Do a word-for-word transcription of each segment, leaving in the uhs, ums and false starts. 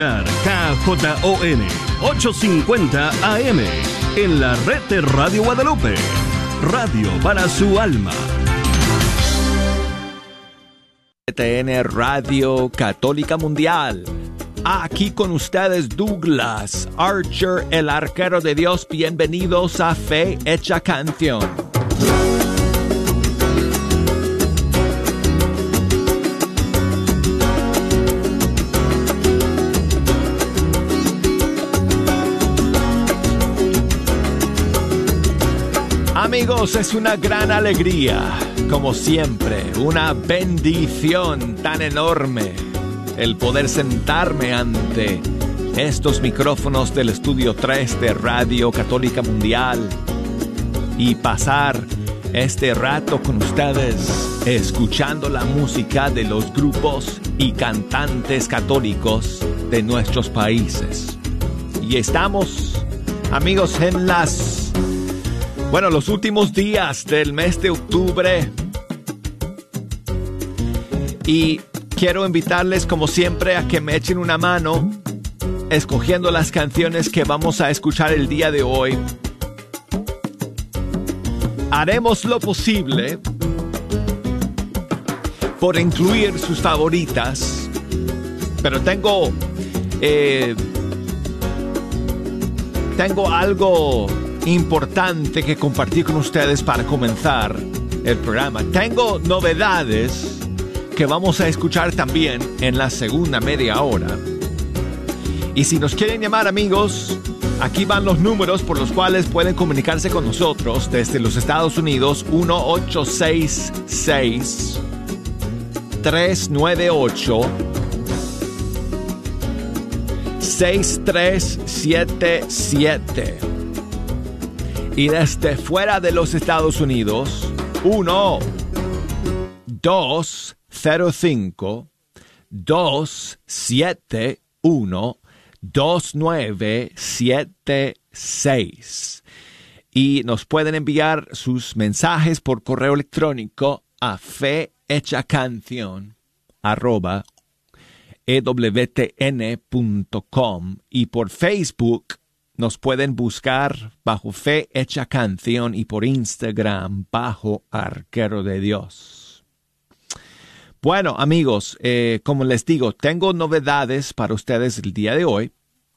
K J O N ochocientos cincuenta A M en la red de Radio Guadalupe, radio para su alma. T N Radio Católica Mundial. Aquí con ustedes Douglas Archer, el arquero de Dios. Bienvenidos a Fe Hecha Canción. Amigos, es una gran alegría, como siempre, una bendición tan enorme el poder sentarme ante estos micrófonos del Estudio tres de Radio Católica Mundial y pasar este rato con ustedes escuchando la música de los grupos y cantantes católicos de nuestros países. Y estamos, amigos, en las... Bueno, los últimos días del mes de octubre, y quiero invitarles como siempre a que me echen una mano escogiendo las canciones que vamos a escuchar el día de hoy. Haremos lo posible por incluir sus favoritas, pero tengo, eh, tengo algo importante que compartir con ustedes para comenzar el programa. Tengo novedades que vamos a escuchar también en la segunda media hora. Y si nos quieren llamar, amigos, aquí van los números por los cuales pueden comunicarse con nosotros desde los Estados Unidos. Uno ocho seis seis, tres nueve ocho, seis tres siete siete. Y desde fuera de los Estados Unidos, uno dos cero cinco, dos siete uno, dos nueve siete seis. Y nos pueden enviar sus mensajes por correo electrónico a fehechacancion arroba ewtn punto com, y por Facebook nos pueden buscar bajo Fe Hecha Canción y por Instagram bajo Arquero de Dios. Bueno, amigos, eh, como les digo, tengo novedades para ustedes el día de hoy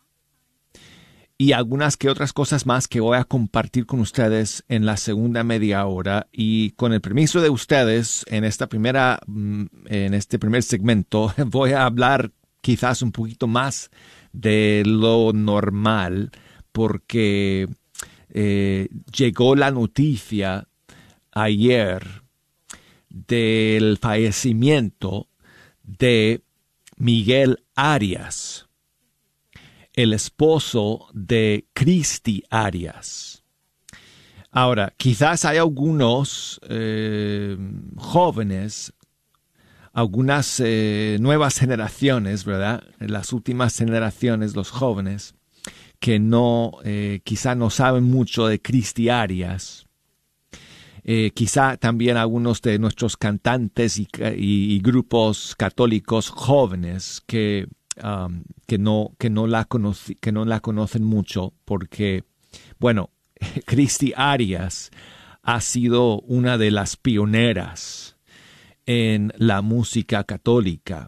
y algunas que otras cosas más que voy a compartir con ustedes en la segunda media hora. Y con el permiso de ustedes, en esta primera, en este primer segmento, voy a hablar quizás un poquito más de lo normal, porque eh, llegó la noticia ayer del fallecimiento de Miguel Arias, el esposo de Cristi Arias. Ahora, quizás hay algunos eh, jóvenes, algunas eh, nuevas generaciones, ¿verdad? Las últimas generaciones, los jóvenes, que no, eh, quizá no saben mucho de Cristi Arias. Eh, quizá también algunos de nuestros cantantes y, y, y grupos católicos jóvenes que, um, que, no, que, no la conoce, que no la conocen mucho, porque, bueno, Cristi Arias ha sido una de las pioneras en la música católica.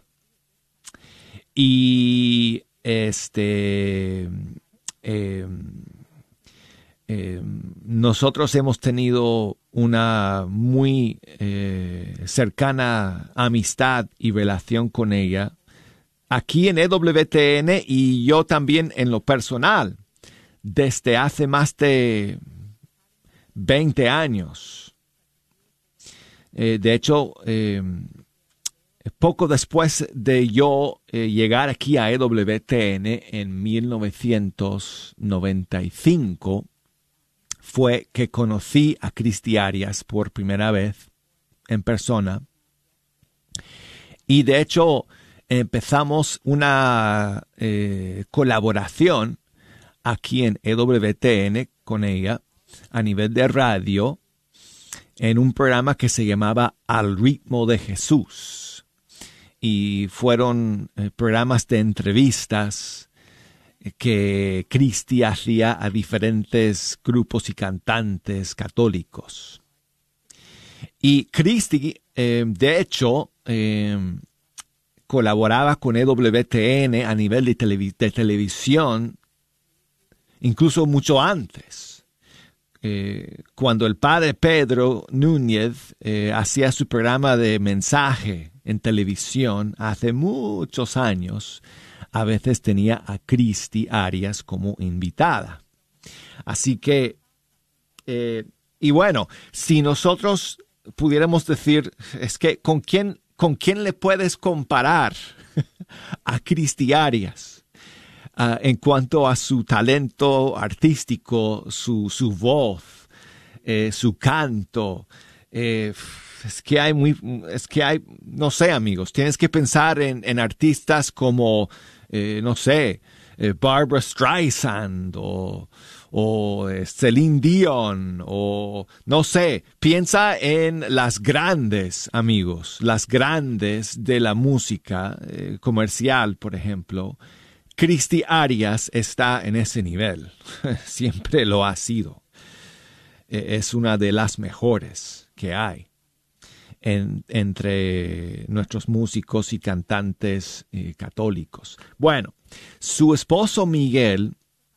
Y este... Eh, eh, nosotros hemos tenido una muy eh, cercana amistad y relación con ella aquí en E W T N, y yo también en lo personal desde hace más de veinte años. Eh, de hecho, eh, poco después de yo eh, llegar aquí a E W T N en mil novecientos noventa y cinco, fue que conocí a Cristi Arias por primera vez en persona. Y de hecho empezamos una eh, colaboración aquí en E W T N con ella a nivel de radio en un programa que se llamaba Al Ritmo de Jesús. y fueron eh, programas de entrevistas que Christy hacía a diferentes grupos y cantantes católicos. Y Christy, eh, de hecho, eh, colaboraba con E W T N a nivel de, televi- de televisión, incluso mucho antes. Eh, cuando el padre Pedro Núñez eh, hacía su programa de mensaje en televisión hace muchos años, a veces tenía a Christy Arias como invitada. Así que, eh, y bueno, si nosotros pudiéramos decir, es que ¿con quién, con quién le puedes comparar a Christy Arias uh, en cuanto a su talento artístico, su, su voz, eh, su canto? Eh, es que hay muy, es que hay, no sé, amigos, tienes que pensar en, en artistas como, eh, no sé, eh, Barbra Streisand o, o eh, Celine Dion o no sé, piensa en las grandes, amigos, las grandes de la música eh, comercial, por ejemplo. Christy Arias está en ese nivel, siempre lo ha sido. Eh, es una de las mejores que hay en, entre nuestros músicos y cantantes eh, católicos. Bueno, su esposo Miguel,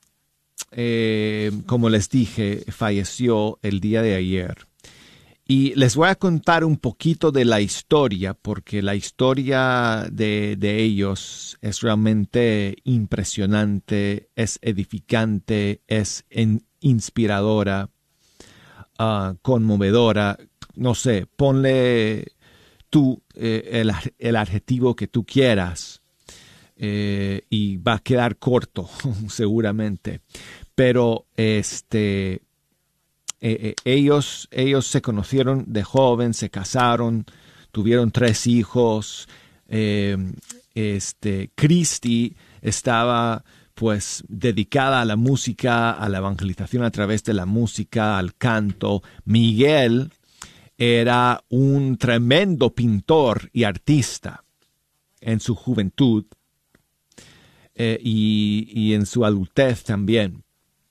eh, como les dije, falleció el día de ayer. Y les voy a contar un poquito de la historia, porque la historia de, de ellos es realmente impresionante, es edificante, es en, inspiradora, uh, conmovedora. No sé, ponle tú eh, el, el adjetivo que tú quieras eh, y va a quedar corto, seguramente. Pero este, eh, eh, ellos, ellos se conocieron de joven, se casaron, tuvieron tres hijos. Eh, este, Christy estaba pues dedicada a la música, a la evangelización a través de la música, al canto. Miguel era un tremendo pintor y artista en su juventud eh, y, y en su adultez también.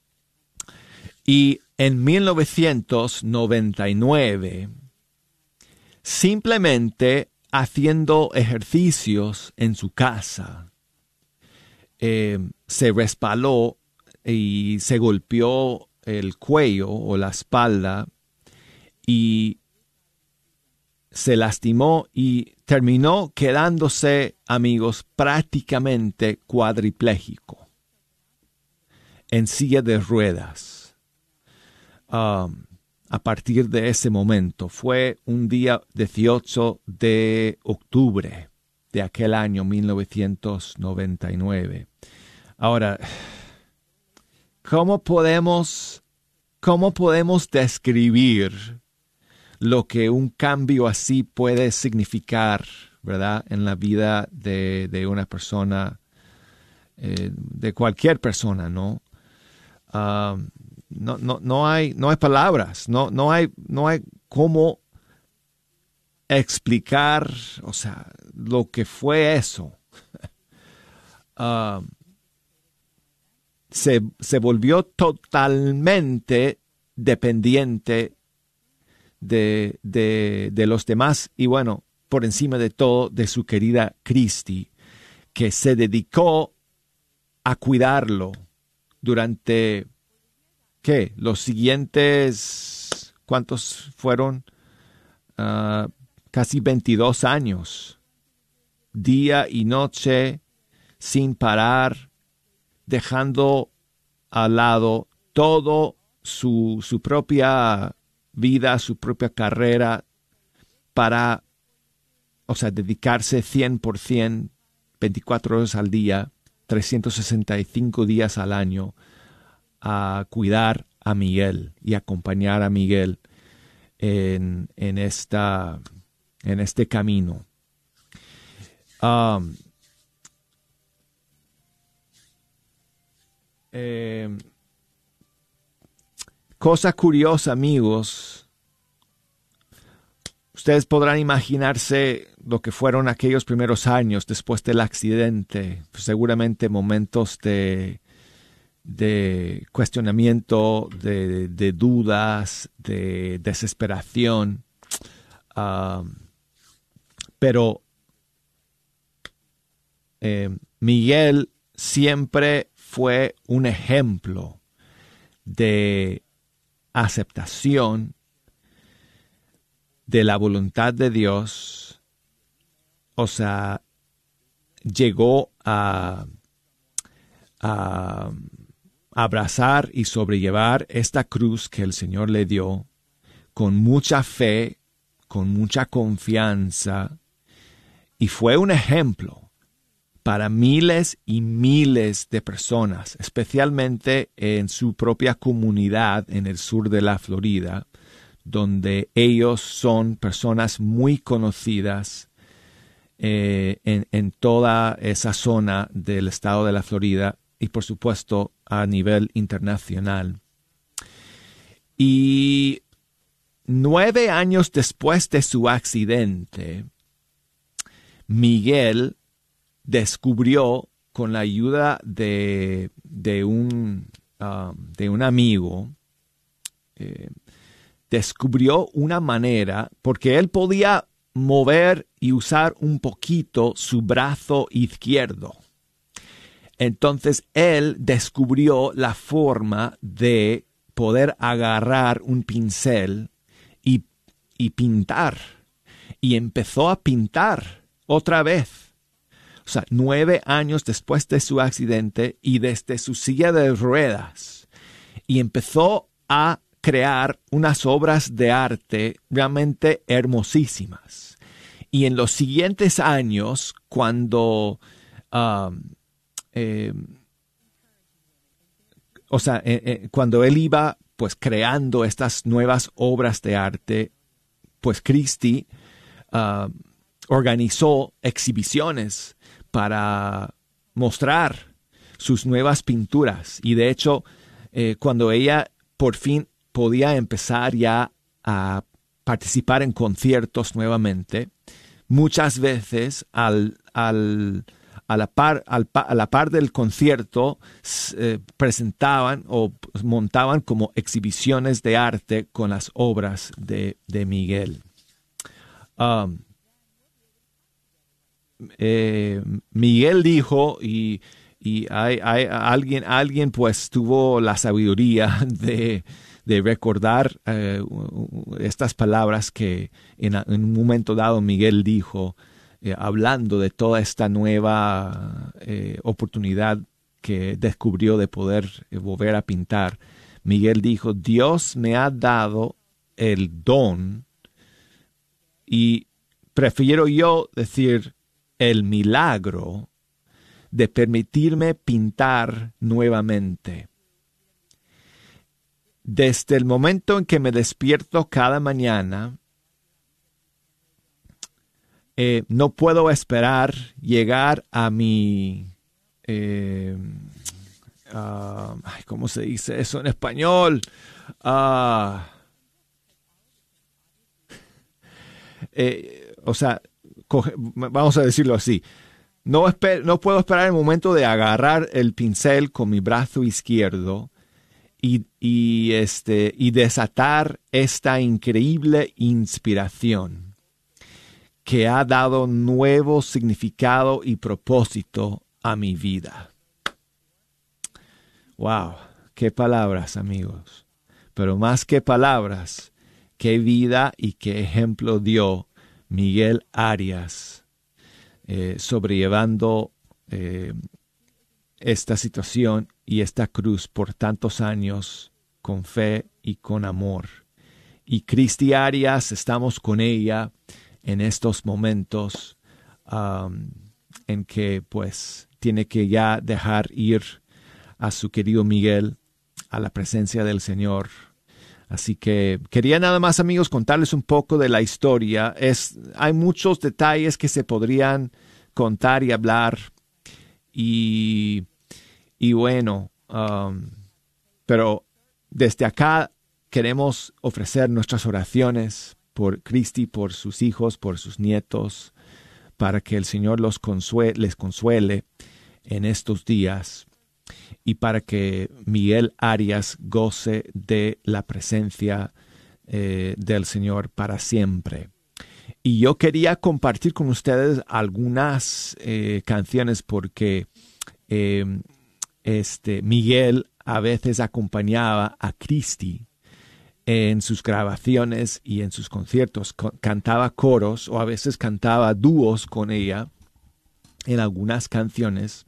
Y en mil novecientos noventa y nueve, simplemente haciendo ejercicios en su casa, eh, se resbaló y se golpeó el cuello o la espalda y se lastimó y terminó quedándose, amigos, prácticamente cuadripléjico, en silla de ruedas. Um, a partir de ese momento, fue un día dieciocho de octubre de aquel año mil novecientos noventa y nueve. Ahora, ¿cómo podemos, cómo podemos describir lo que un cambio así puede significar, ¿verdad?, en la vida de, de una persona, eh, de cualquier persona, ¿no? Uh, no, no, no hay, no hay palabras, no, no hay, no hay cómo explicar, o sea, lo que fue eso. uh, se, se volvió totalmente dependiente De, de, de los demás y bueno, por encima de todo de su querida Christy, que se dedicó a cuidarlo durante, ¿qué? Los siguientes, ¿cuántos fueron? Uh, casi veintidós años, día y noche, sin parar, dejando al lado todo su, su propia vida, su propia carrera, para, o sea, dedicarse cien por ciento, veinticuatro horas al día, trescientos sesenta y cinco días al año, a cuidar a Miguel y acompañar a Miguel en, en, esta, en este camino. Um, eh, Cosa curiosa, amigos, Ustedes podrán imaginarse lo que fueron aquellos primeros años después del accidente, seguramente momentos de, de cuestionamiento, de, de dudas, de desesperación. Uh, pero eh, Miguel siempre fue un ejemplo de aceptación de la voluntad de Dios. O sea, llegó a, a abrazar y sobrellevar esta cruz que el Señor le dio con mucha fe, con mucha confianza, y fue un ejemplo para miles y miles de personas, especialmente en su propia comunidad en el sur de la Florida, donde ellos son personas muy conocidas eh, en, en toda esa zona del estado de la Florida y por supuesto a nivel internacional. Y nueve años después de su accidente, Miguel descubrió con la ayuda de, de, un, uh, de un amigo, eh, descubrió una manera, porque él podía mover y usar un poquito su brazo izquierdo. Entonces él descubrió la forma de poder agarrar un pincel y, y pintar. Y empezó a pintar otra vez. O sea, nueve años después de su accidente y desde su silla de ruedas. Y empezó a crear unas obras de arte realmente hermosísimas. Y en los siguientes años, cuando, um, eh, o sea, eh, eh, cuando él iba pues creando estas nuevas obras de arte, pues Christy uh, organizó exhibiciones para mostrar sus nuevas pinturas. Y de hecho, eh, cuando ella por fin podía empezar ya a participar en conciertos nuevamente, muchas veces al, al, a, la par, al, a la par del concierto eh, presentaban o montaban como exhibiciones de arte con las obras de, de Miguel. Um, eh, Miguel dijo, y, y hay, hay, alguien, alguien pues tuvo la sabiduría de de recordar eh, estas palabras que en, en un momento dado Miguel dijo, eh, hablando de toda esta nueva eh, oportunidad que descubrió de poder eh, volver a pintar. Miguel dijo, Dios me ha dado el don, y prefiero yo decir el milagro, de permitirme pintar nuevamente. Desde el momento en que me despierto cada mañana, eh, no puedo esperar llegar a mi... Eh, uh, ay, ¿cómo se dice eso en español? Uh, eh, o sea, coge, vamos a decirlo así. No, esper, no puedo esperar el momento de agarrar el pincel con mi brazo izquierdo Y, y, este, y desatar esta increíble inspiración que ha dado nuevo significado y propósito a mi vida. ¡Wow! ¡Qué palabras, amigos! Pero más que palabras, qué vida y qué ejemplo dio Miguel Arias eh, sobrellevando eh, esta situación y esta cruz por tantos años con fe y con amor. Y Christy Arias, estamos con ella en estos momentos um, en que pues tiene que ya dejar ir a su querido Miguel a la presencia del Señor. Así que quería nada más, amigos, contarles un poco de la historia. Es, hay muchos detalles que se podrían contar y hablar. Y, y bueno, um, pero desde acá queremos ofrecer nuestras oraciones por Cristi, por sus hijos, por sus nietos, para que el Señor los consue- les consuele en estos días y para que Miguel Arias goce de la presencia eh, del Señor para siempre. Y yo quería compartir con ustedes algunas eh, canciones porque eh, este, Miguel a veces acompañaba a Cristi en sus grabaciones y en sus conciertos. Cantaba coros o a veces cantaba dúos con ella en algunas canciones.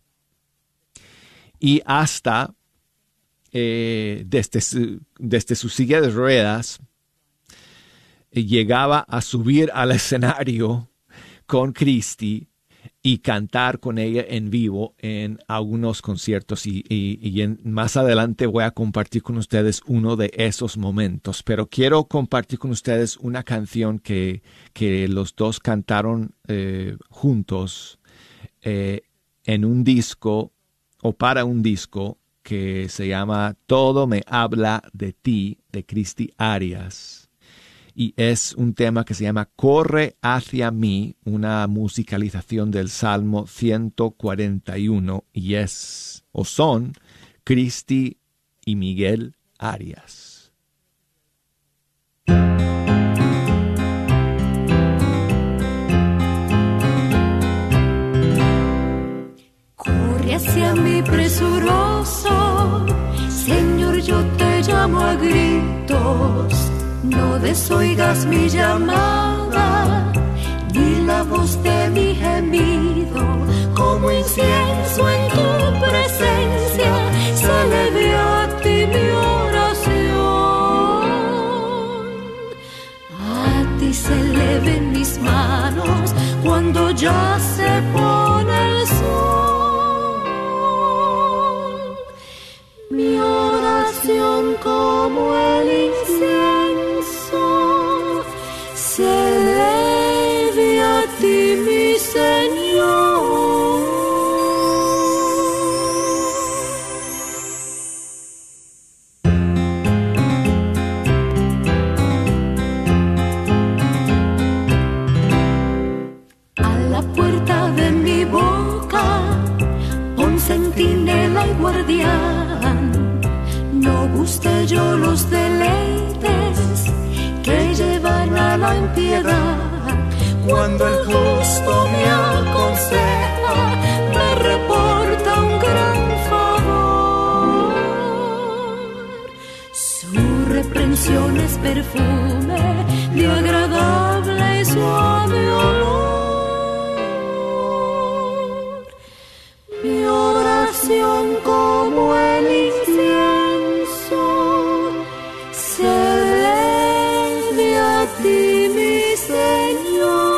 Y hasta eh, desde, su, desde su silla de ruedas eh, llegaba a subir al escenario con Cristi y cantar con ella en vivo en algunos conciertos. Y, y, y en, más adelante voy a compartir con ustedes uno de esos momentos. Pero quiero compartir con ustedes una canción que, que los dos cantaron eh, juntos eh, en un disco o para un disco que se llama Todo me habla de ti, de Cristi Arias. Y es un tema que se llama Corre hacia mí, una musicalización del Salmo ciento cuarenta y uno, y es, o son, Cristi y Miguel Arias. Corre hacia mí presuroso, Señor, yo te llamo a gritos. No desoigas mi llamada, ni la voz de mi gemido. Como incienso en tu presencia, se eleve a ti mi oración. A ti se eleven mis manos cuando ya se pone el sol. Mi oración como el incienso se eleve a ti, mi Señor. A la puerta de mi boca pon centinela y guardián. No guste yo los deleites que llevan a la impiedad. Cuando el justo me aconseja, me reporta un gran favor. Su reprensión es perfume de agradable y suave olor. Mi oración como el incienso se eleve a ti, mi Señor.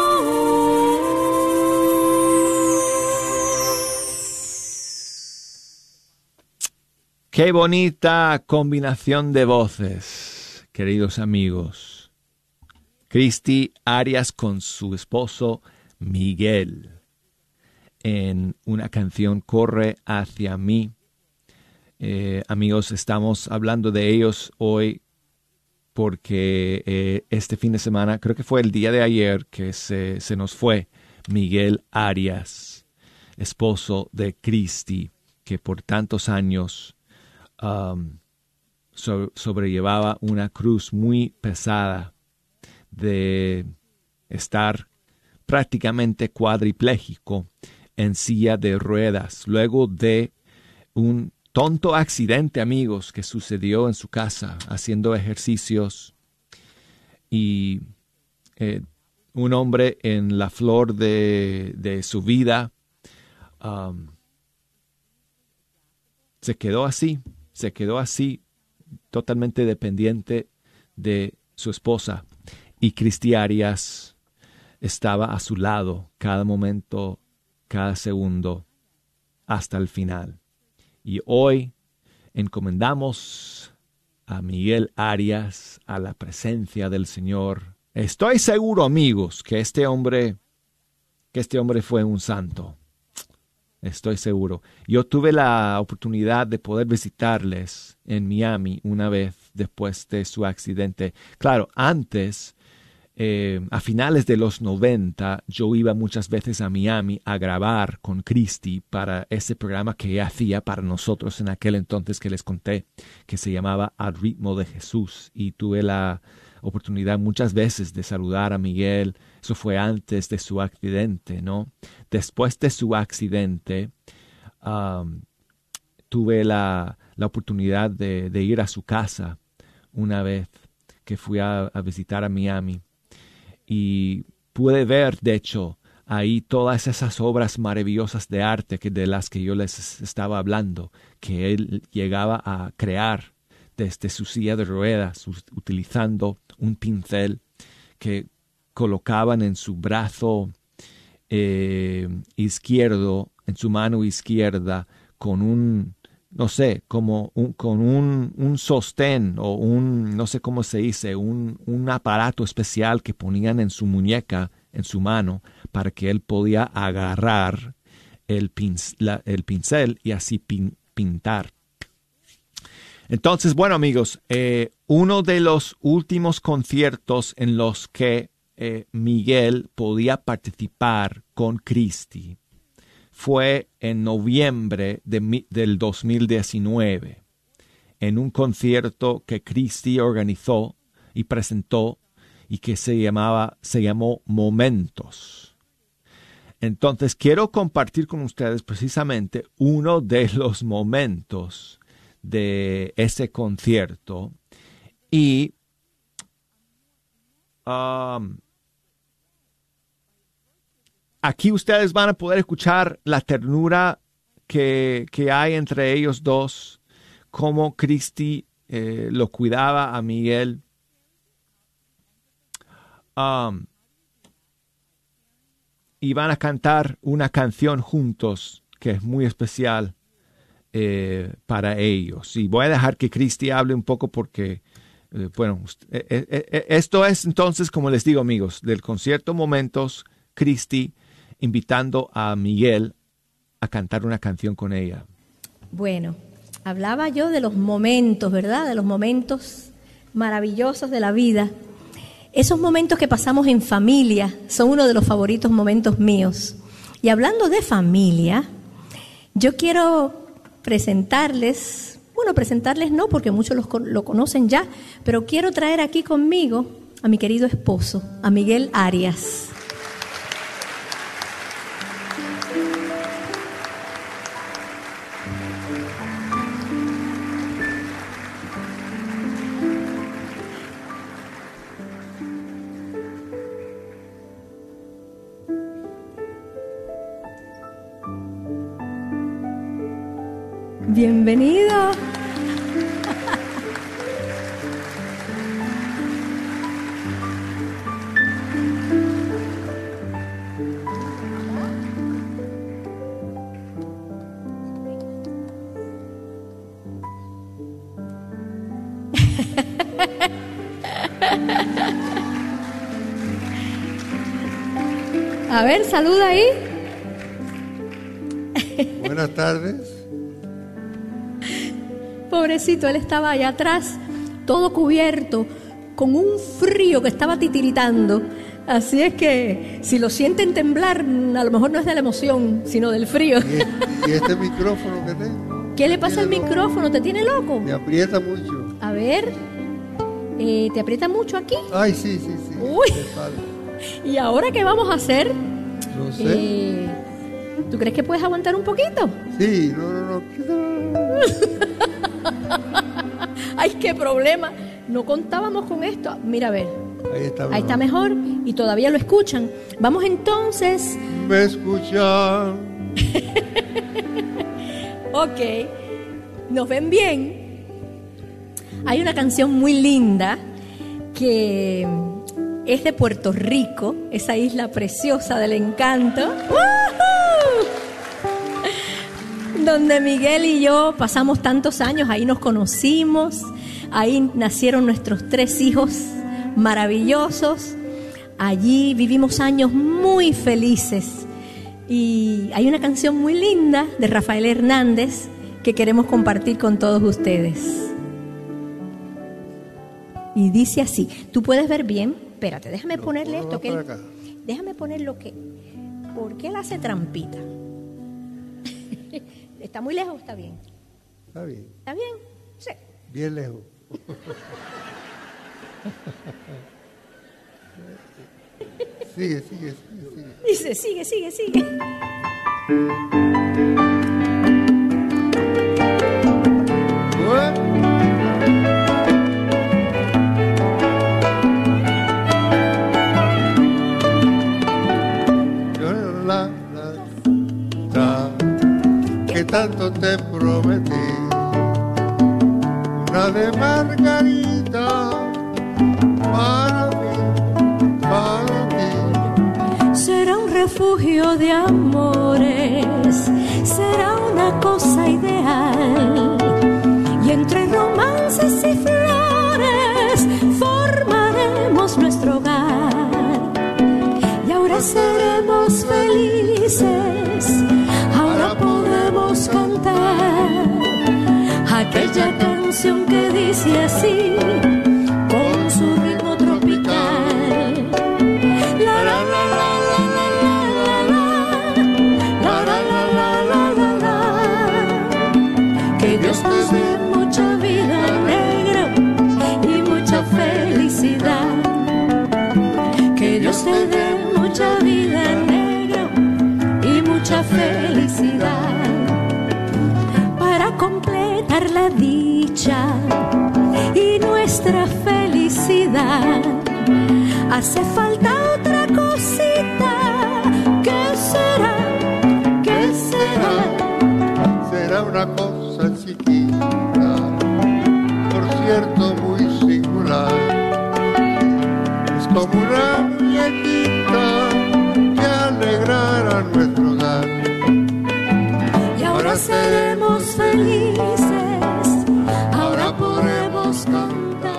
Qué bonita combinación de voces, queridos amigos. Cristi Arias con su esposo Miguel en una canción Corre hacia mí. Eh, amigos, estamos hablando de ellos hoy porque eh, este fin de semana, creo que fue el día de ayer que se, se nos fue Miguel Arias, esposo de Cristi, que por tantos años um, so, sobrellevaba una cruz muy pesada de estar prácticamente cuadripléjico en silla de ruedas, luego de un tonto accidente, amigos, que sucedió en su casa haciendo ejercicios y eh, un hombre en la flor de, de su vida um, se quedó así, se quedó así, totalmente dependiente de su esposa, y Cristi Arias estaba a su lado cada momento, cada segundo, hasta el final. Y hoy encomendamos a Miguel Arias a la presencia del Señor. Estoy seguro, amigos, que este hombre, que este hombre fue un santo. Estoy seguro. Yo tuve la oportunidad de poder visitarles en Miami una vez después de su accidente. Claro, antes eh, a finales de los noventa, yo iba muchas veces a Miami a grabar con Christy para ese programa que ella hacía para nosotros en aquel entonces que les conté, que se llamaba Al Ritmo de Jesús. Y tuve la oportunidad muchas veces de saludar a Miguel. Eso fue antes de su accidente, ¿no? Después de su accidente, um, tuve la, la oportunidad de, de ir a su casa una vez que fui a, a visitar a Miami. Y pude ver, de hecho, ahí todas esas obras maravillosas de arte que de las que yo les estaba hablando, que él llegaba a crear desde su silla de ruedas, utilizando un pincel que colocaban en su brazo eh, izquierdo, en su mano izquierda, con un, no sé, como un, con un, un sostén o un, no sé cómo se dice, un, un aparato especial que ponían en su muñeca, en su mano, para que él podía agarrar el, pinc- la, el pincel y así pin- pintar. Entonces, bueno, amigos, eh, uno de los últimos conciertos en los que eh, Miguel podía participar con Christy fue en noviembre de, del dos mil diecinueve, en un concierto que Christy organizó y presentó y que se llamaba, se llamó Momentos. Entonces, quiero compartir con ustedes precisamente uno de los momentos de ese concierto y um, aquí ustedes van a poder escuchar la ternura que, que hay entre ellos dos, cómo Christy eh, lo cuidaba a Miguel. Um, y van a cantar una canción juntos que es muy especial eh, para ellos. Y voy a dejar que Christy hable un poco porque, eh, bueno, eh, eh, eh, esto es entonces, como les digo, amigos, del concierto Momentos, Christy invitando a Miguel a cantar una canción con ella. Bueno, hablaba yo de los momentos, ¿verdad? De los momentos maravillosos de la vida. Esos momentos que pasamos en familia son uno de los favoritos momentos míos. Y hablando de familia, yo quiero presentarles, bueno, presentarles no, porque muchos los, lo conocen ya, pero quiero traer aquí conmigo a mi querido esposo, a Miguel Arias. Bienvenido. A ver, saluda ahí. Buenas tardes. Pobrecito, él estaba allá atrás, todo cubierto, con un frío que estaba titiritando. Así es que si lo sienten temblar, a lo mejor no es de la emoción, sino del frío. ¿Y, y este micrófono que tengo? ¿Qué le pasa al micrófono? ¿Te tiene loco? Me aprieta mucho. A ver, eh, ¿te aprieta mucho aquí? Ay, sí, sí, sí. Uy. ¿Y ahora qué vamos a hacer? No sé. Eh, ¿Tú crees que puedes aguantar un poquito? Sí, no, no, no. Ay, qué problema. No contábamos con esto. Mira, a ver. Ahí está mejor. Ahí está mejor y todavía lo escuchan. Vamos entonces. Me escuchan. Ok. ¿Nos ven bien? Hay una canción muy linda que es de Puerto Rico, esa isla preciosa del encanto. ¡Woohoo! Donde Miguel y yo pasamos tantos años, ahí nos conocimos, ahí nacieron nuestros tres hijos maravillosos, allí vivimos años muy felices. Y hay una canción muy linda de Rafael Hernández que queremos compartir con todos ustedes. Y dice así, ¿tú puedes ver bien? espérate, déjame No, ponerle no, esto. no, Que para él- acá. déjame poner lo que... ¿Por qué él hace trampita? ¿Está muy lejos? Está bien. Está bien, ¿Está bien? Sí. bien lejos. Sigue, sigue, sigue, sigue. Dice, sigue, sigue, sigue. Yo la, la, la, que tanto te prometí, una de margarita para mí, para ti. Será un refugio de amores, será una cosa ideal. Y entre romances y flores formaremos nuestro hogar. Y ahora seremos felices, ahora podemos cantar aquella canción que dice así, con su ritmo tropical. La la la la la la la la la la la la la. Que Dios nos dé mucha vida negra y mucha felicidad. Que Dios te dé mucha vida negra y mucha felicidad. Para completar la dicha y nuestra felicidad, hace falta otra cosita. ¿Qué será? ¿Qué será? Será una cosa chiquita, por cierto muy singular. Es como una muñequita que alegrará nuestro hogar. Y ahora seremos felices, ahora podremos cantar.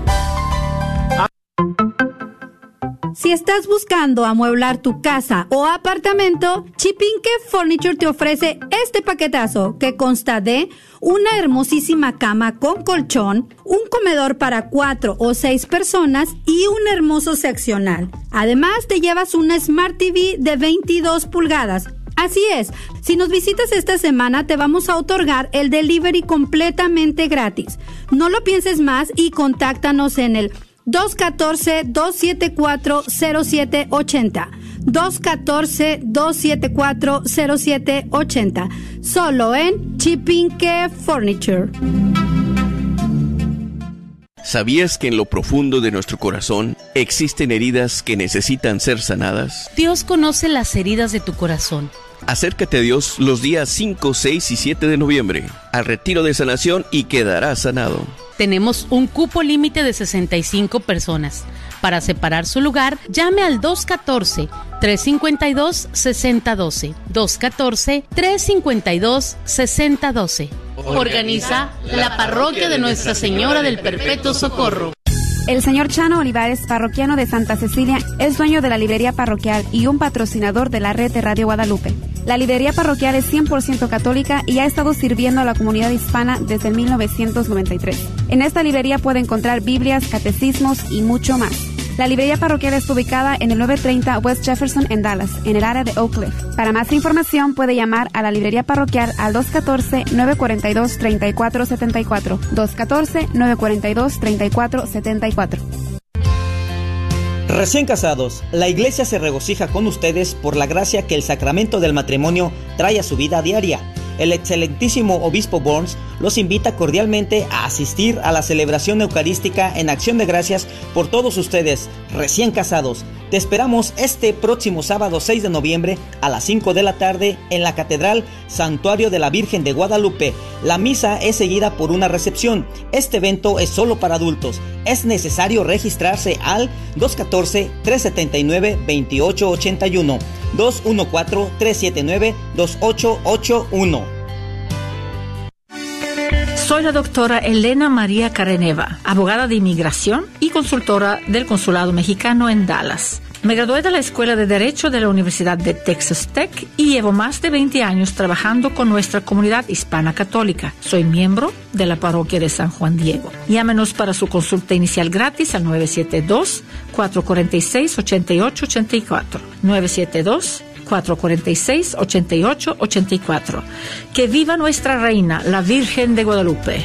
Si estás buscando amueblar tu casa o apartamento, Chipinque Furniture te ofrece este paquetazo que consta de una hermosísima cama con colchón, un comedor para cuatro o seis personas y un hermoso seccional. Además, te llevas una Smart T V de veintidós pulgadas. Así es, si nos visitas esta semana te vamos a otorgar el delivery completamente gratis. No lo pienses más y contáctanos en el dos uno cuatro, dos siete cuatro, cero siete ocho cero. dos uno cuatro, dos siete cuatro, cero siete ocho cero. Solo en Chipinque Furniture. ¿Sabías que en lo profundo de nuestro corazón existen heridas que necesitan ser sanadas? Dios conoce las heridas de tu corazón. Acércate a Dios los días cinco, seis y siete de noviembre al retiro de sanación y quedarás sanado. Tenemos un cupo límite de sesenta y cinco personas. Para separar su lugar, llame al dos uno cuatro, tres cinco dos, seis cero uno dos. dos uno cuatro, tres cinco dos, seis cero uno dos. Organiza la Parroquia de Nuestra Señora del Perpetuo Socorro. El señor Chano Olivares, parroquiano de Santa Cecilia, es dueño de la librería parroquial y un patrocinador de la red de Radio Guadalupe. La librería parroquial es cien por ciento católica y ha estado sirviendo a la comunidad hispana desde mil novecientos noventa y tres. En esta librería puede encontrar Biblias, catecismos y mucho más. La librería parroquial está ubicada en el novecientos treinta West Jefferson en Dallas, en el área de Oak Cliff. Para más información puede llamar a la librería parroquial al dos uno cuatro, nueve cuatro dos, tres cuatro siete cuatro. dos uno cuatro, nueve cuatro dos, tres cuatro siete cuatro. Recién casados, la iglesia se regocija con ustedes por la gracia que el sacramento del matrimonio trae a su vida diaria. El excelentísimo obispo Burns los invita cordialmente a asistir a la celebración eucarística en acción de gracias por todos ustedes, recién casados. Te esperamos este próximo sábado seis de noviembre a las cinco de la tarde en la Catedral Santuario de la Virgen de Guadalupe. La misa es seguida por una recepción. Este evento es solo para adultos. Es necesario registrarse al dos uno cuatro, tres siete nueve, dos ocho ocho uno. dos uno cuatro, tres siete nueve, dos ocho ocho uno. Soy la doctora Elena María Careneva, abogada de inmigración y consultora del Consulado Mexicano en Dallas. Me gradué de la Escuela de Derecho de la Universidad de Texas Tech y llevo más de veinte años trabajando con nuestra comunidad hispana católica. Soy miembro de la parroquia de San Juan Diego. Llámenos para su consulta inicial gratis al nueve siete dos, cuatro cuatro seis, ocho ocho ocho cuatro. nueve siete dos, cuatro cuatro seis, ocho ocho ocho cuatro. Que viva nuestra reina, la Virgen de Guadalupe.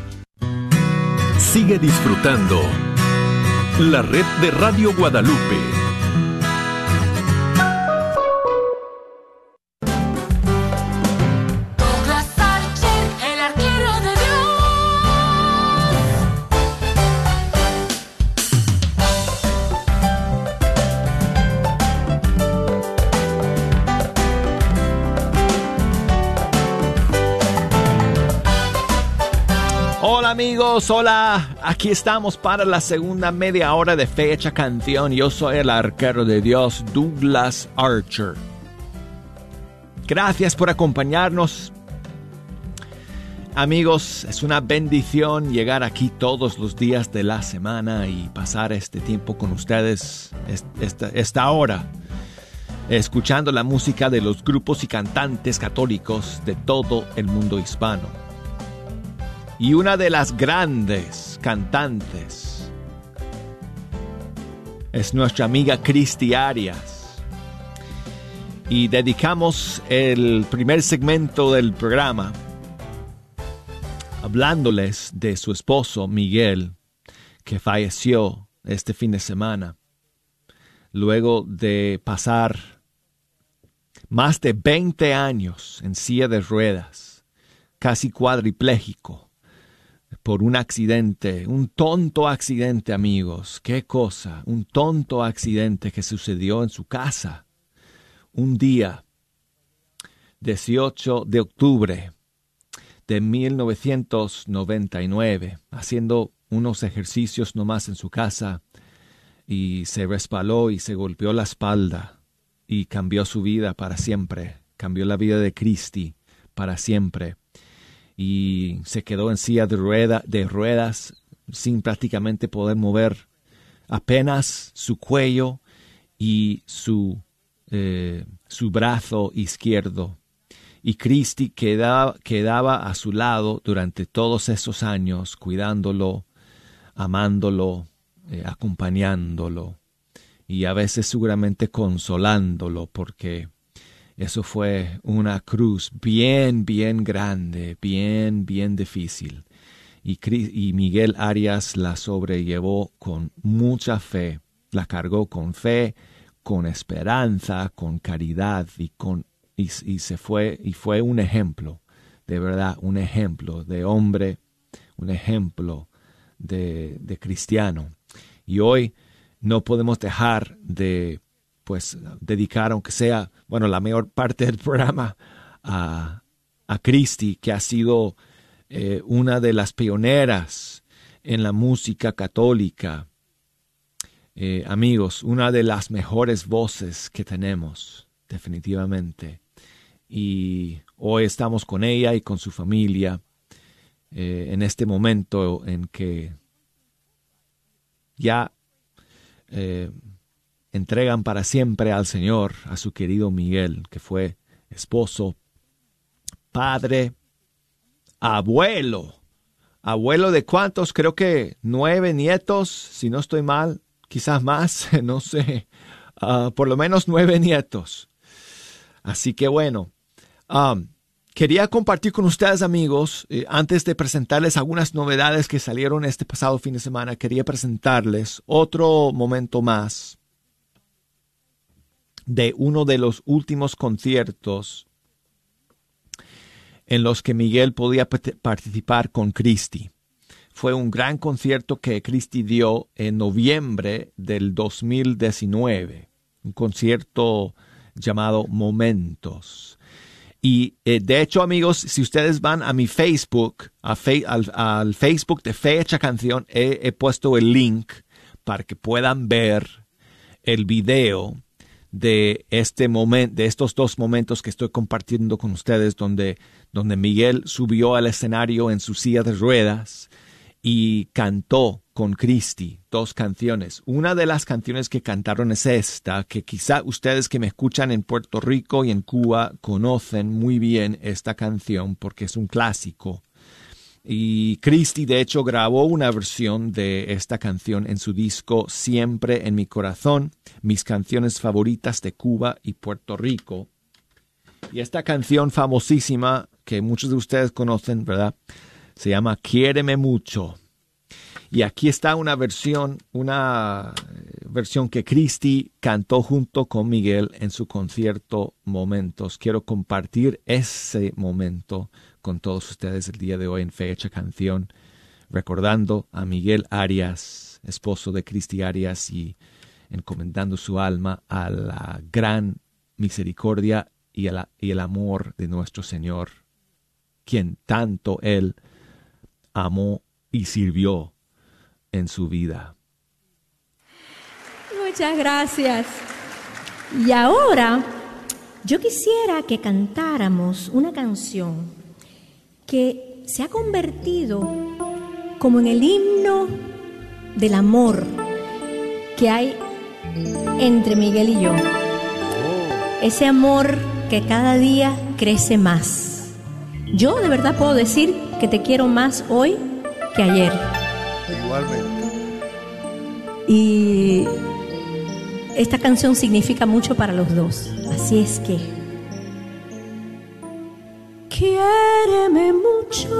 Sigue disfrutando la red de Radio Guadalupe. Amigos, hola, aquí estamos para la segunda media hora de Fecha Canción. Yo soy el arquero de Dios, Douglas Archer. Gracias por acompañarnos. Amigos, es una bendición llegar aquí todos los días de la semana y pasar este tiempo con ustedes, esta, esta hora, escuchando la música de los grupos y cantantes católicos de todo el mundo hispano. Y una de las grandes cantantes es nuestra amiga Cristi Arias. Y dedicamos el primer segmento del programa hablándoles de su esposo Miguel, que falleció este fin de semana, luego de pasar más de veinte años en silla de ruedas, casi cuadripléjico, por un accidente, un tonto accidente, amigos. ¿Qué cosa? Un tonto accidente que sucedió en su casa un día, dieciocho de octubre de mil novecientos noventa y nueve, haciendo unos ejercicios nomás en su casa, y se resbaló y se golpeó la espalda y cambió su vida para siempre. Cambió la vida de Cristi para siempre. Y se quedó en silla de, rueda, de ruedas sin prácticamente poder mover apenas su cuello y su, eh, su brazo izquierdo. Y Cristi quedaba, quedaba a su lado durante todos esos años, cuidándolo, amándolo, eh, acompañándolo y a veces seguramente consolándolo, porque eso fue una cruz bien, bien grande, bien, bien difícil. Y, y Miguel Arias la sobrellevó con mucha fe, la cargó con fe, con esperanza, con caridad, y, con, y, y, se fue, y fue un ejemplo, de verdad, un ejemplo de hombre, un ejemplo de, de cristiano. Y hoy no podemos dejar de pues dedicar, aunque sea, bueno, la mayor parte del programa a, a Cristi, que ha sido eh, una de las pioneras en la música católica. Eh, amigos, una de las mejores voces que tenemos, definitivamente. Y hoy estamos con ella y con su familia eh, en este momento en que ya Eh, entregan para siempre al Señor a su querido Miguel, que fue esposo, padre, abuelo. ¿Abuelo de cuántos? Creo que nueve nietos, si no estoy mal, quizás más, no sé. Uh, por lo menos nueve nietos. Así que bueno, um, quería compartir con ustedes, amigos, eh, antes de presentarles algunas novedades que salieron este pasado fin de semana, quería presentarles otro momento más de uno de los últimos conciertos en los que Miguel podía participar con Cristi. Fue un gran concierto que Cristi dio en noviembre del dos mil diecinueve, un concierto llamado Momentos. Y eh, de hecho, amigos, si ustedes van a mi Facebook, a fe, al, al Facebook de Fecha Canción, he, he puesto el link para que puedan ver el video de este momento, de estos dos momentos que estoy compartiendo con ustedes, donde, donde Miguel subió al escenario en su silla de ruedas y cantó con Cristi, dos canciones. Una de las canciones que cantaron es esta, que quizá ustedes que me escuchan en Puerto Rico y en Cuba conocen muy bien esta canción porque es un clásico. Y Cristi de hecho grabó una versión de esta canción en su disco Siempre en mi corazón, mis canciones favoritas de Cuba y Puerto Rico. Y esta canción famosísima que muchos de ustedes conocen, ¿verdad? Se llama Quiéreme mucho. Y aquí está una versión, una versión que Cristi cantó junto con Miguel en su concierto Momentos. Quiero compartir ese momento con todos ustedes el día de hoy en Fecha Canción, recordando a Miguel Arias, esposo de Cristi Arias, y encomendando su alma a la gran misericordia y, a la, y el amor de nuestro Señor, quien tanto Él amó y sirvió en su vida. Muchas gracias. Y ahora yo quisiera que cantáramos una canción que se ha convertido como en el himno del amor que hay entre Miguel y yo. Ese amor que cada día crece más. Yo de verdad puedo decir que te quiero más hoy que ayer. Igualmente. Y esta canción significa mucho para los dos. Así es que quiéreme mucho,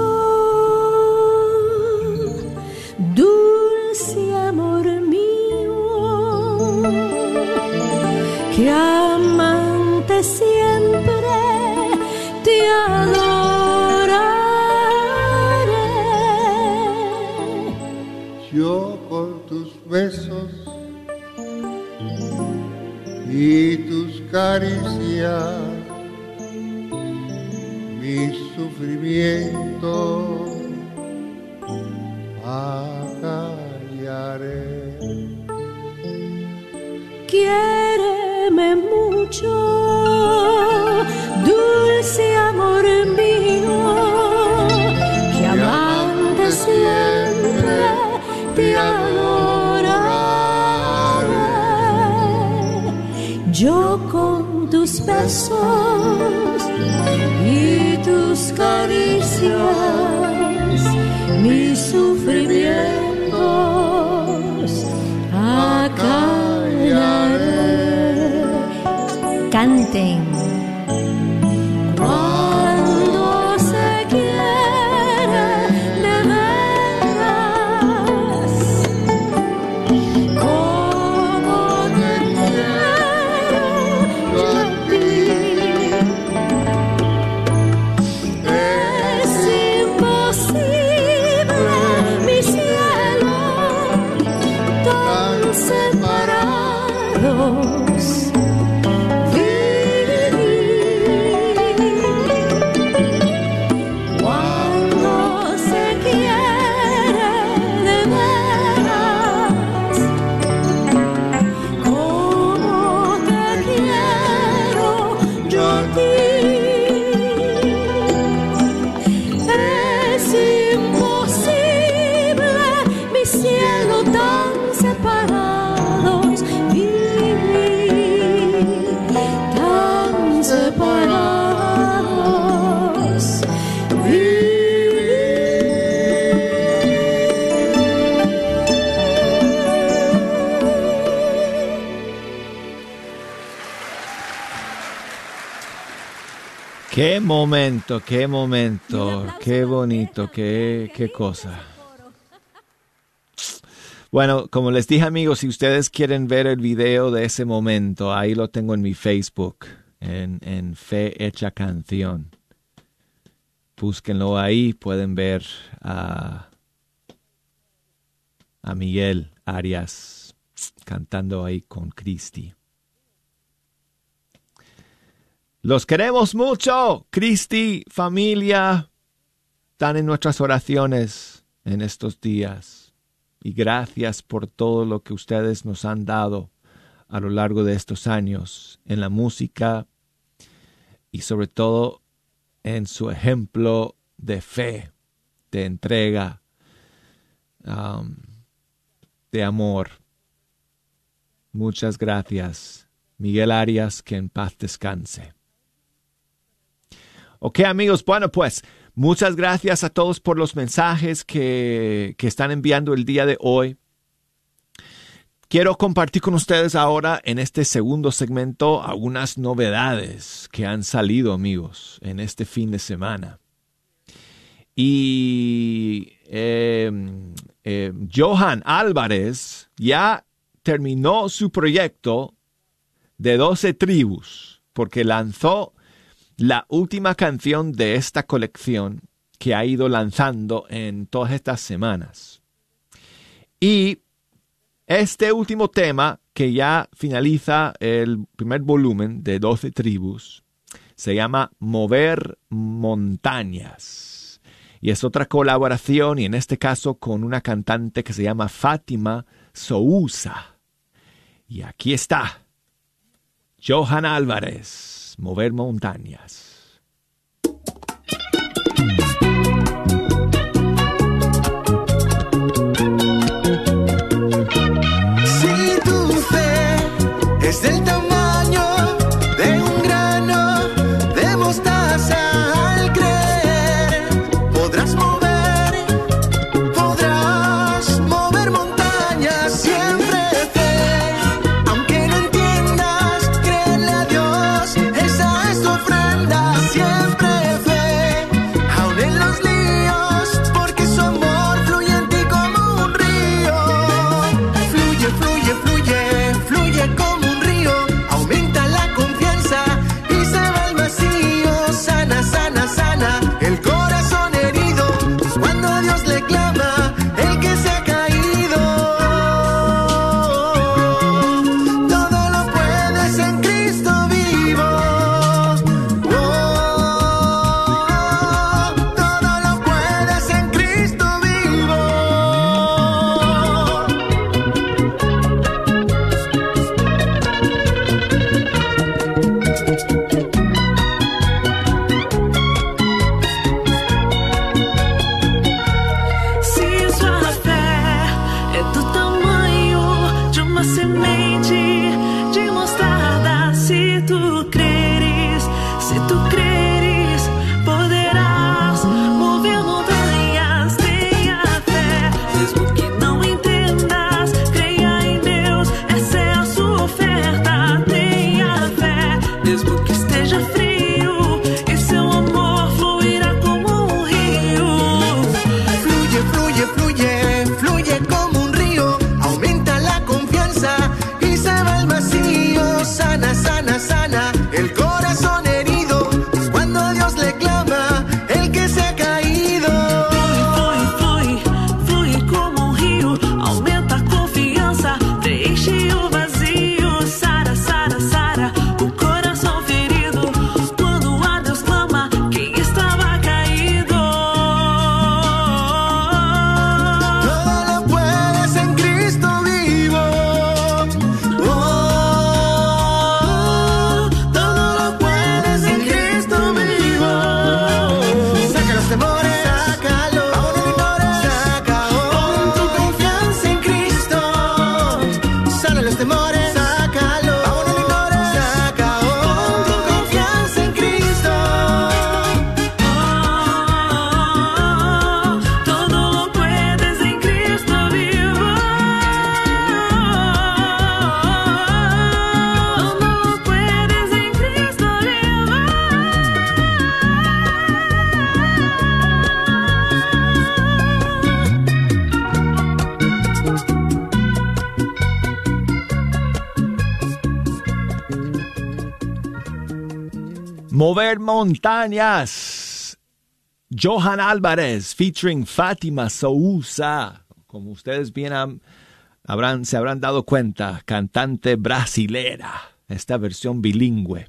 dulce amor mío, que amante siempre te adoraré. Yo con tus besos y tus caricias mi sufrimiento acallaré. Quiéreme mucho, dulce amor mío, que amante siempre te adoraré. Yo con tus besos y tus caricias, mis sufrimientos acallaré. Canten. Cuando se quiere de veras, como te quiero yo a ti. Es imposible, mi cielo, tan separados vivir. Cuando se quiere de veras, como te quiero yo a ti. Es imposible, mi cielo, tan separados vivir, tan separados vivir. Qué momento, qué momento, qué bonito, qué, qué cosa. Bueno, como les dije, amigos, si ustedes quieren ver el video de ese momento, ahí lo tengo en mi Facebook, en, en Fe Hecha Canción. Búsquenlo ahí, pueden ver a, a Miguel Arias cantando ahí con Cristi. Los queremos mucho, Cristi, familia. Están en nuestras oraciones en estos días. Y gracias por todo lo que ustedes nos han dado a lo largo de estos años en la música y sobre todo en su ejemplo de fe, de entrega. Um, de amor. Muchas gracias, Miguel Arias, que en paz descanse. Ok, amigos, bueno, pues muchas gracias a todos por los mensajes que, que están enviando el día de hoy. Quiero compartir con ustedes ahora en este segundo segmento algunas novedades que han salido, amigos, en este fin de semana. Y eh, eh, Johan Álvarez ya terminó su proyecto de doce tribus porque lanzó la última canción de esta colección que ha ido lanzando en todas estas semanas. Y este último tema, que ya finaliza el primer volumen de doce tribus, se llama Mover Montañas. Y es otra colaboración, y en este caso con una cantante que se llama Fátima Sousa. Y aquí está, Johan Álvarez, Mover Montañas. Es del tamaño de un grano de mostaza. Al creer podrás mover, podrás mover montañas. Siempre fe, aunque no entiendas, créele a Dios, esa es tu ofrenda. Siempre fe, aun en los líos, porque su amor fluye en ti como un río. Fluye, fluye, fluye, fluye como el corazón herido, cuando a Dios le clama, el que se ha caído. Todo lo puedes en Cristo vivo. Oh, todo lo puedes en Cristo vivo. Mover Montañas, Johan Álvarez featuring Fátima Sousa. Como ustedes bien han, habrán, se habrán dado cuenta, cantante brasilera, esta versión bilingüe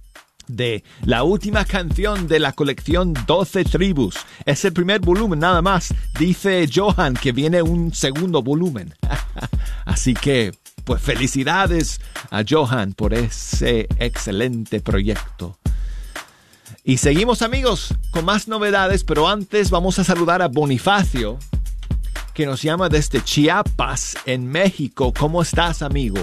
de la última canción de la colección doce tribus. Es el primer volumen nada más. Dice Johan que viene un segundo volumen. Así que, pues felicidades a Johan por ese excelente proyecto. Y seguimos, amigos, con más novedades, pero antes vamos a saludar a Bonifacio, que que nos llama desde Chiapas, en México. ¿Cómo estás, amigo?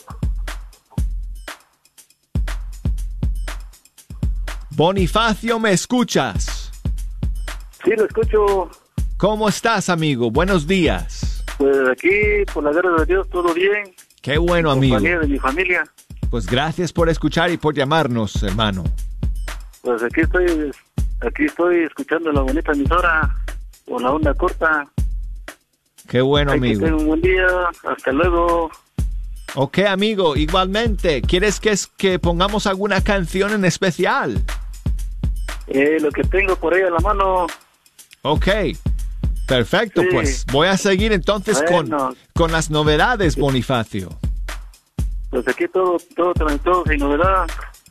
Bonifacio, ¿me escuchas? Sí, lo escucho. ¿Cómo estás, amigo? Buenos días. Pues aquí, por la gracia de Dios, todo bien. Qué bueno, en amigo. compañía de mi familia. Pues gracias por escuchar y por llamarnos, hermano. Pues aquí estoy, aquí estoy escuchando la bonita emisora por la onda corta. Qué bueno, Hay amigo. Que tengan un buen día. Hasta luego. Ok, amigo, igualmente. ¿Quieres que, es, que pongamos alguna canción en especial? Eh, lo que tengo por ahí a la mano. Ok, perfecto. Sí. Pues voy a seguir entonces Bueno. con, con las novedades, Bonifacio. Pues aquí todo, todo, todo sin novedad.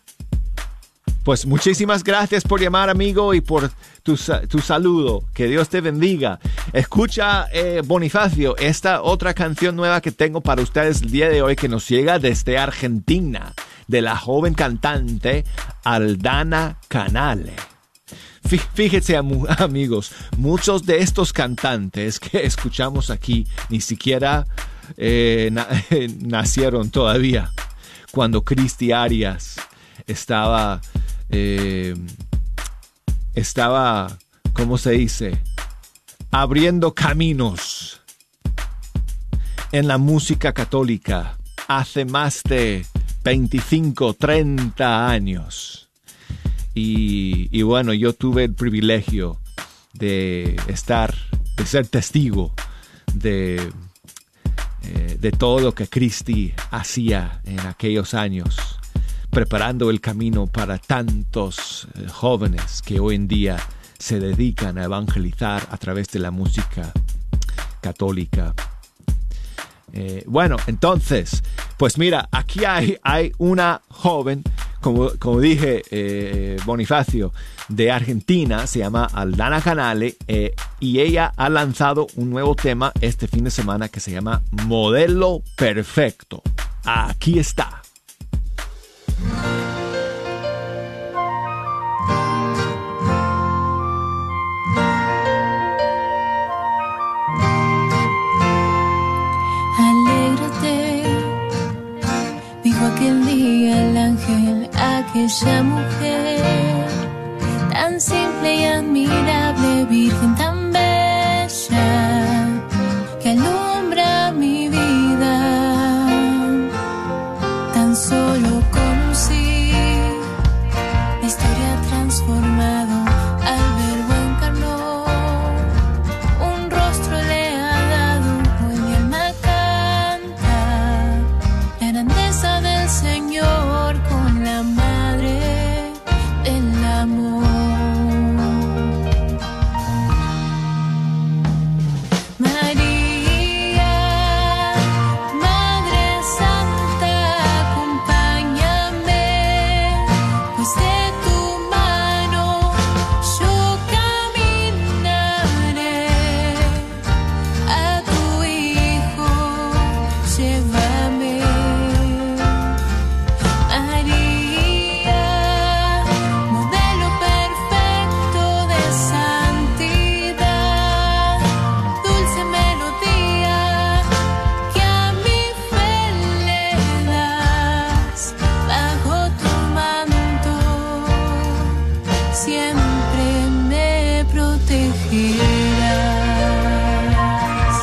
Pues muchísimas gracias por llamar, amigo, y por tu, sa- tu saludo. Que Dios te bendiga. Escucha, eh, Bonifacio, esta otra canción nueva que tengo para ustedes el día de hoy, que nos llega desde Argentina, de la joven cantante Aldana Canale. Fí- Fíjense, amu- amigos, muchos de estos cantantes que escuchamos aquí ni siquiera eh, na- nacieron todavía cuando Cristi Arias estaba, eh, estaba, ¿cómo se dice? Abriendo caminos en la música católica hace más de veinticinco, treinta años. Y, y bueno, yo tuve el privilegio de estar, de ser testigo de, eh, de todo lo que Cristi hacía en aquellos años, preparando el camino para tantos eh, jóvenes que hoy en día se dedican a evangelizar a través de la música católica. Eh, bueno, entonces, pues mira, aquí hay, hay una joven, como, como dije, eh, Bonifacio, de Argentina, se llama Aldana Canale, eh, y ella ha lanzado un nuevo tema este fin de semana que se llama Modelo Perfecto. Aquí está. Alégrate, dijo aquel día el ángel a aquella mujer, tan simple y admirable, virgen tan bella, que alumbra mi vida. Tan solo conocí la historia transformado, al verbo encarnó, un rostro le ha dado, hoy mi alma canta la grandeza del Señor con la madre del amor. María, Madre Santa, acompáñame, pues de tu mano yo caminaré, a tu Hijo llévame. María, modelo perfecto de santidad, dulce melodía que a mi fe le das, bajo tu manto siempre me protegerás.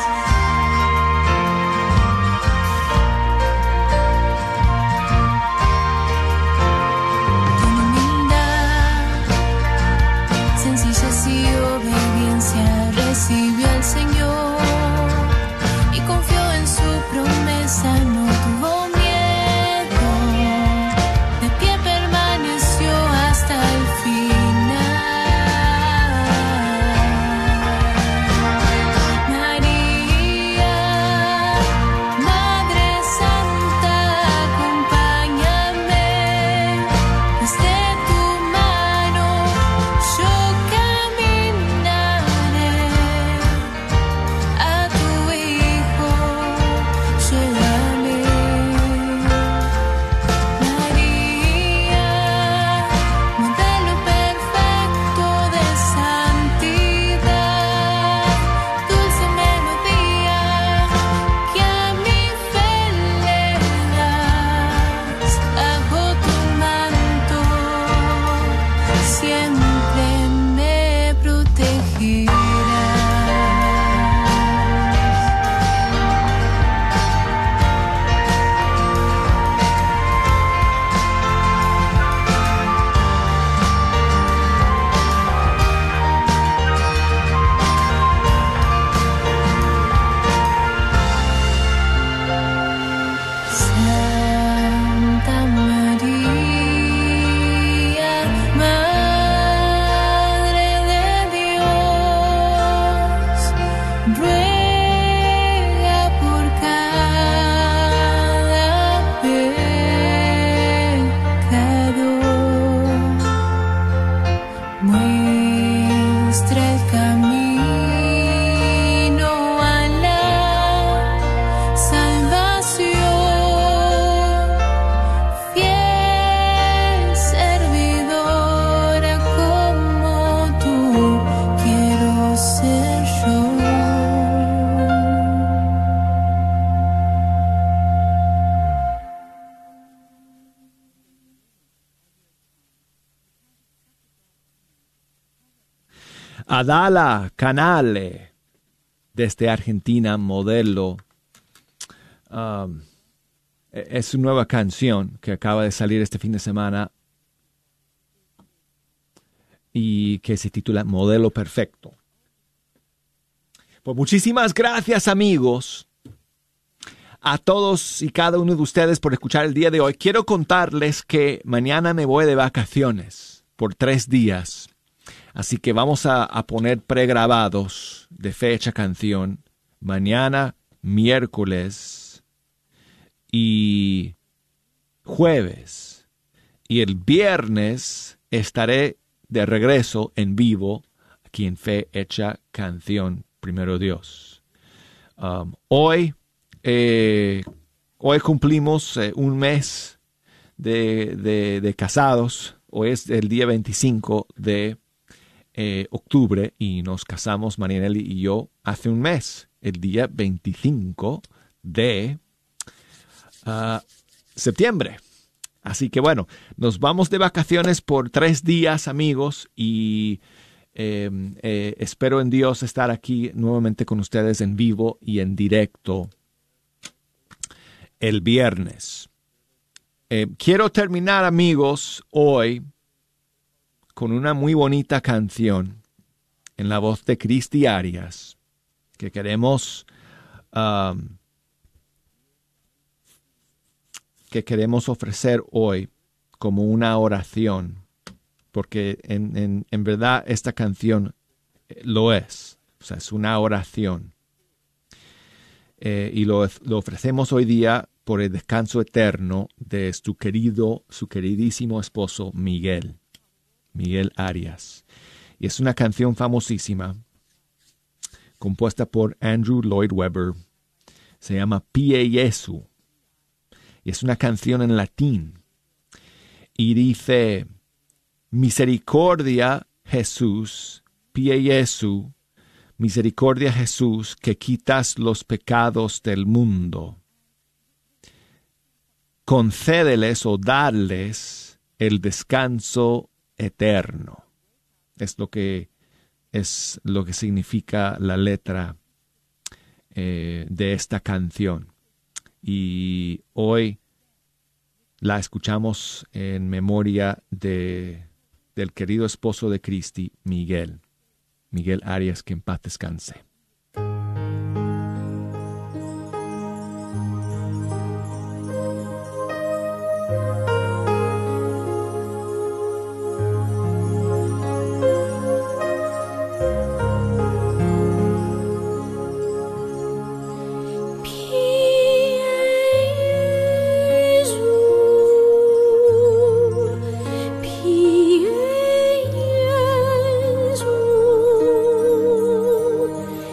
Con humildad, sencillez y obediencia recibió al Señor y confió en su promesa, no tuvo miedo, de pie permaneció hasta el final. María, Madre Santa, acompáñame, pues de tu mano yo caminaré, Adala Canale, desde Argentina, modelo. Um, es su nueva canción que acaba de salir este fin de semana y que se titula Modelo Perfecto. Pues muchísimas gracias, amigos, a todos y cada uno de ustedes por escuchar el día de hoy. Quiero contarles que mañana me voy de vacaciones por tres días. Así que vamos a, a poner pregrabados de fecha canción mañana, miércoles y jueves. Y el viernes estaré de regreso en vivo aquí en Fe Hecha Canción, primero Dios. Um, hoy... Eh, hoy cumplimos eh, un mes de, de, de casados. Hoy es el día veinticinco de eh, octubre y nos casamos Marianelli y yo hace un mes, el día veinticinco de uh, septiembre. Así que bueno, nos vamos de vacaciones por tres días, amigos, y eh, eh, espero en Dios estar aquí nuevamente con ustedes en vivo y en directo el viernes. Eh, quiero terminar, amigos, hoy con una muy bonita canción en la voz de Cristi Arias que queremos um, que queremos ofrecer hoy como una oración, porque en, en, en verdad esta canción lo es. O sea, es una oración. Eh, y lo, lo ofrecemos hoy día por el descanso eterno de su querido, su queridísimo esposo Miguel, Miguel Arias. Y es una canción famosísima, compuesta por Andrew Lloyd Webber. Se llama Pie Jesu. Y es una canción en latín. Y dice, misericordia Jesús, Pie Jesu, misericordia Jesús, que quitas los pecados del mundo. Concédeles o darles el descanso eterno. Es lo que, es lo que significa la letra eh, de esta canción. Y hoy la escuchamos en memoria de, del querido esposo de Cristi, Miguel. Miguel Arias, que en paz descanse. Pie Jesu,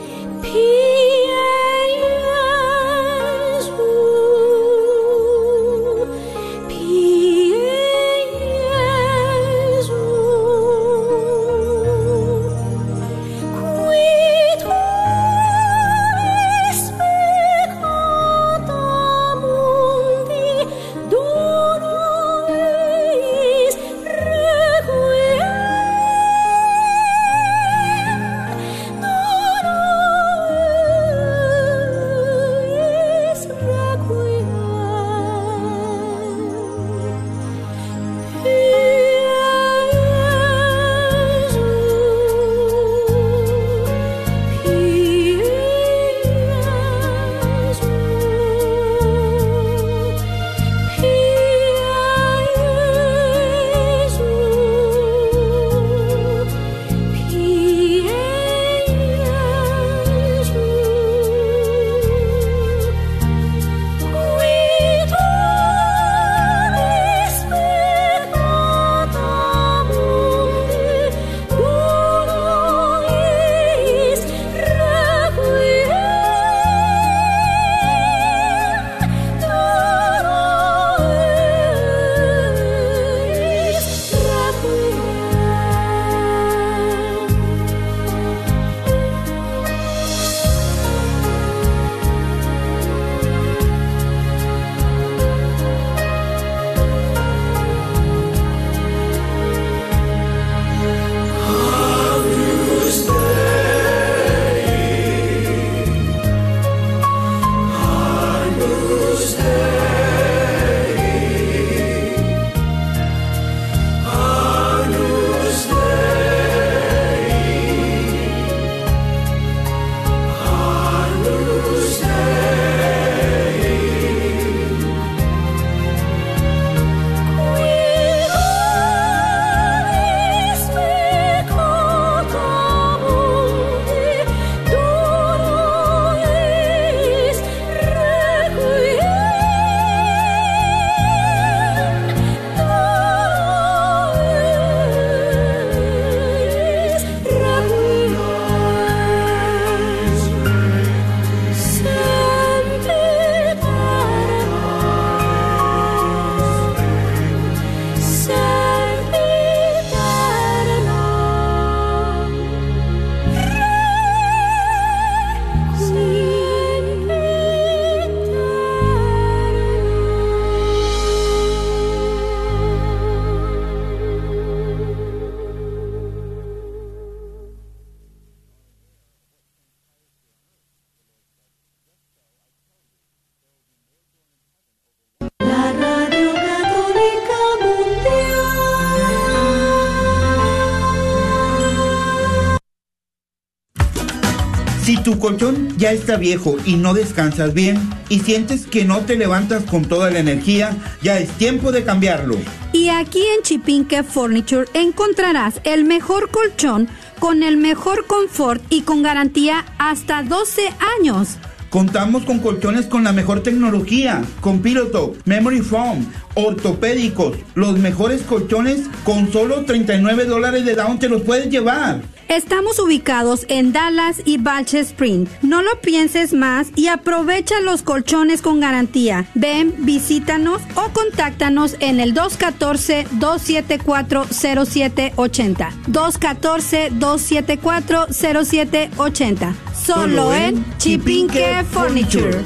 Si tu colchón ya está viejo y no descansas bien y sientes que no te levantas con toda la energía, ya es tiempo de cambiarlo. Y aquí en Chipinque Furniture encontrarás el mejor colchón con el mejor confort y con garantía hasta doce años. Contamos con colchones con la mejor tecnología, con Pillow Top, Memory Foam, ortopédicos. Los mejores colchones con solo treinta y nueve dólares de down te los puedes llevar. Estamos ubicados en Dallas y Balch Springs. No lo pienses más y aprovecha los colchones con garantía. Ven, visítanos o contáctanos en el dos uno cuatro, dos siete cuatro, cero siete ocho cero. dos uno cuatro, dos siete cuatro, cero siete ocho cero. Solo en Chipinque Furniture.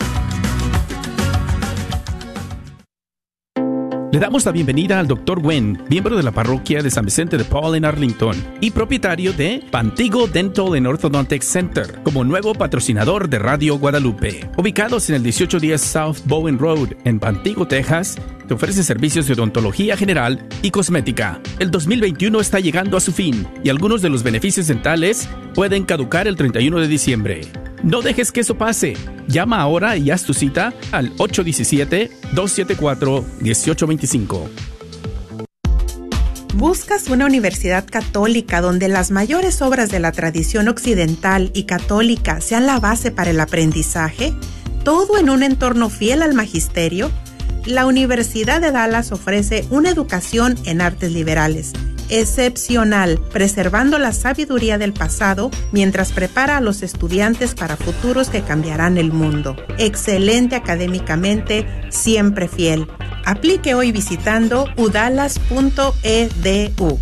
Le damos la bienvenida al doctor Wen, miembro de la parroquia de San Vicente de Paul en Arlington y propietario de Pantigo Dental and Orthodontic Center, como nuevo patrocinador de Radio Guadalupe. Ubicados en el dieciocho diez South Bowen Road en Pantigo, Texas, te ofrece servicios de odontología general y cosmética. El dos mil veintiuno está llegando a su fin y algunos de los beneficios dentales pueden caducar el treinta y uno de diciembre. No dejes que eso pase. Llama ahora y haz tu cita al ocho uno siete, dos siete cuatro, uno ocho dos cinco. ¿Buscas una universidad católica donde las mayores obras de la tradición occidental y católica sean la base para el aprendizaje? ¿Todo en un entorno fiel al magisterio? La Universidad de Dallas ofrece una educación en artes liberales excepcional, preservando la sabiduría del pasado mientras prepara a los estudiantes para futuros que cambiarán el mundo. Excelente académicamente, siempre fiel. Aplique hoy visitando u dallas punto e d u.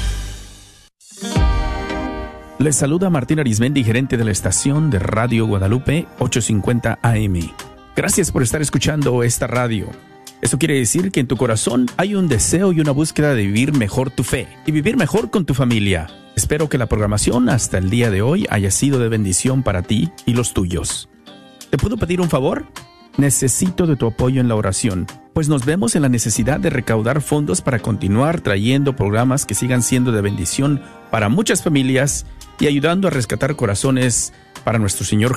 Les saluda Martín Arismendi, gerente de la estación de Radio Guadalupe ochocientos cincuenta A M. Gracias por estar escuchando esta radio. Eso quiere decir que en tu corazón hay un deseo y una búsqueda de vivir mejor tu fe y vivir mejor con tu familia. Espero que la programación hasta el día de hoy haya sido de bendición para ti y los tuyos. ¿Te puedo pedir un favor? Necesito de tu apoyo en la oración, pues nos vemos en la necesidad de recaudar fondos para continuar trayendo programas que sigan siendo de bendición para muchas familias y ayudando a rescatar corazones para nuestro Señor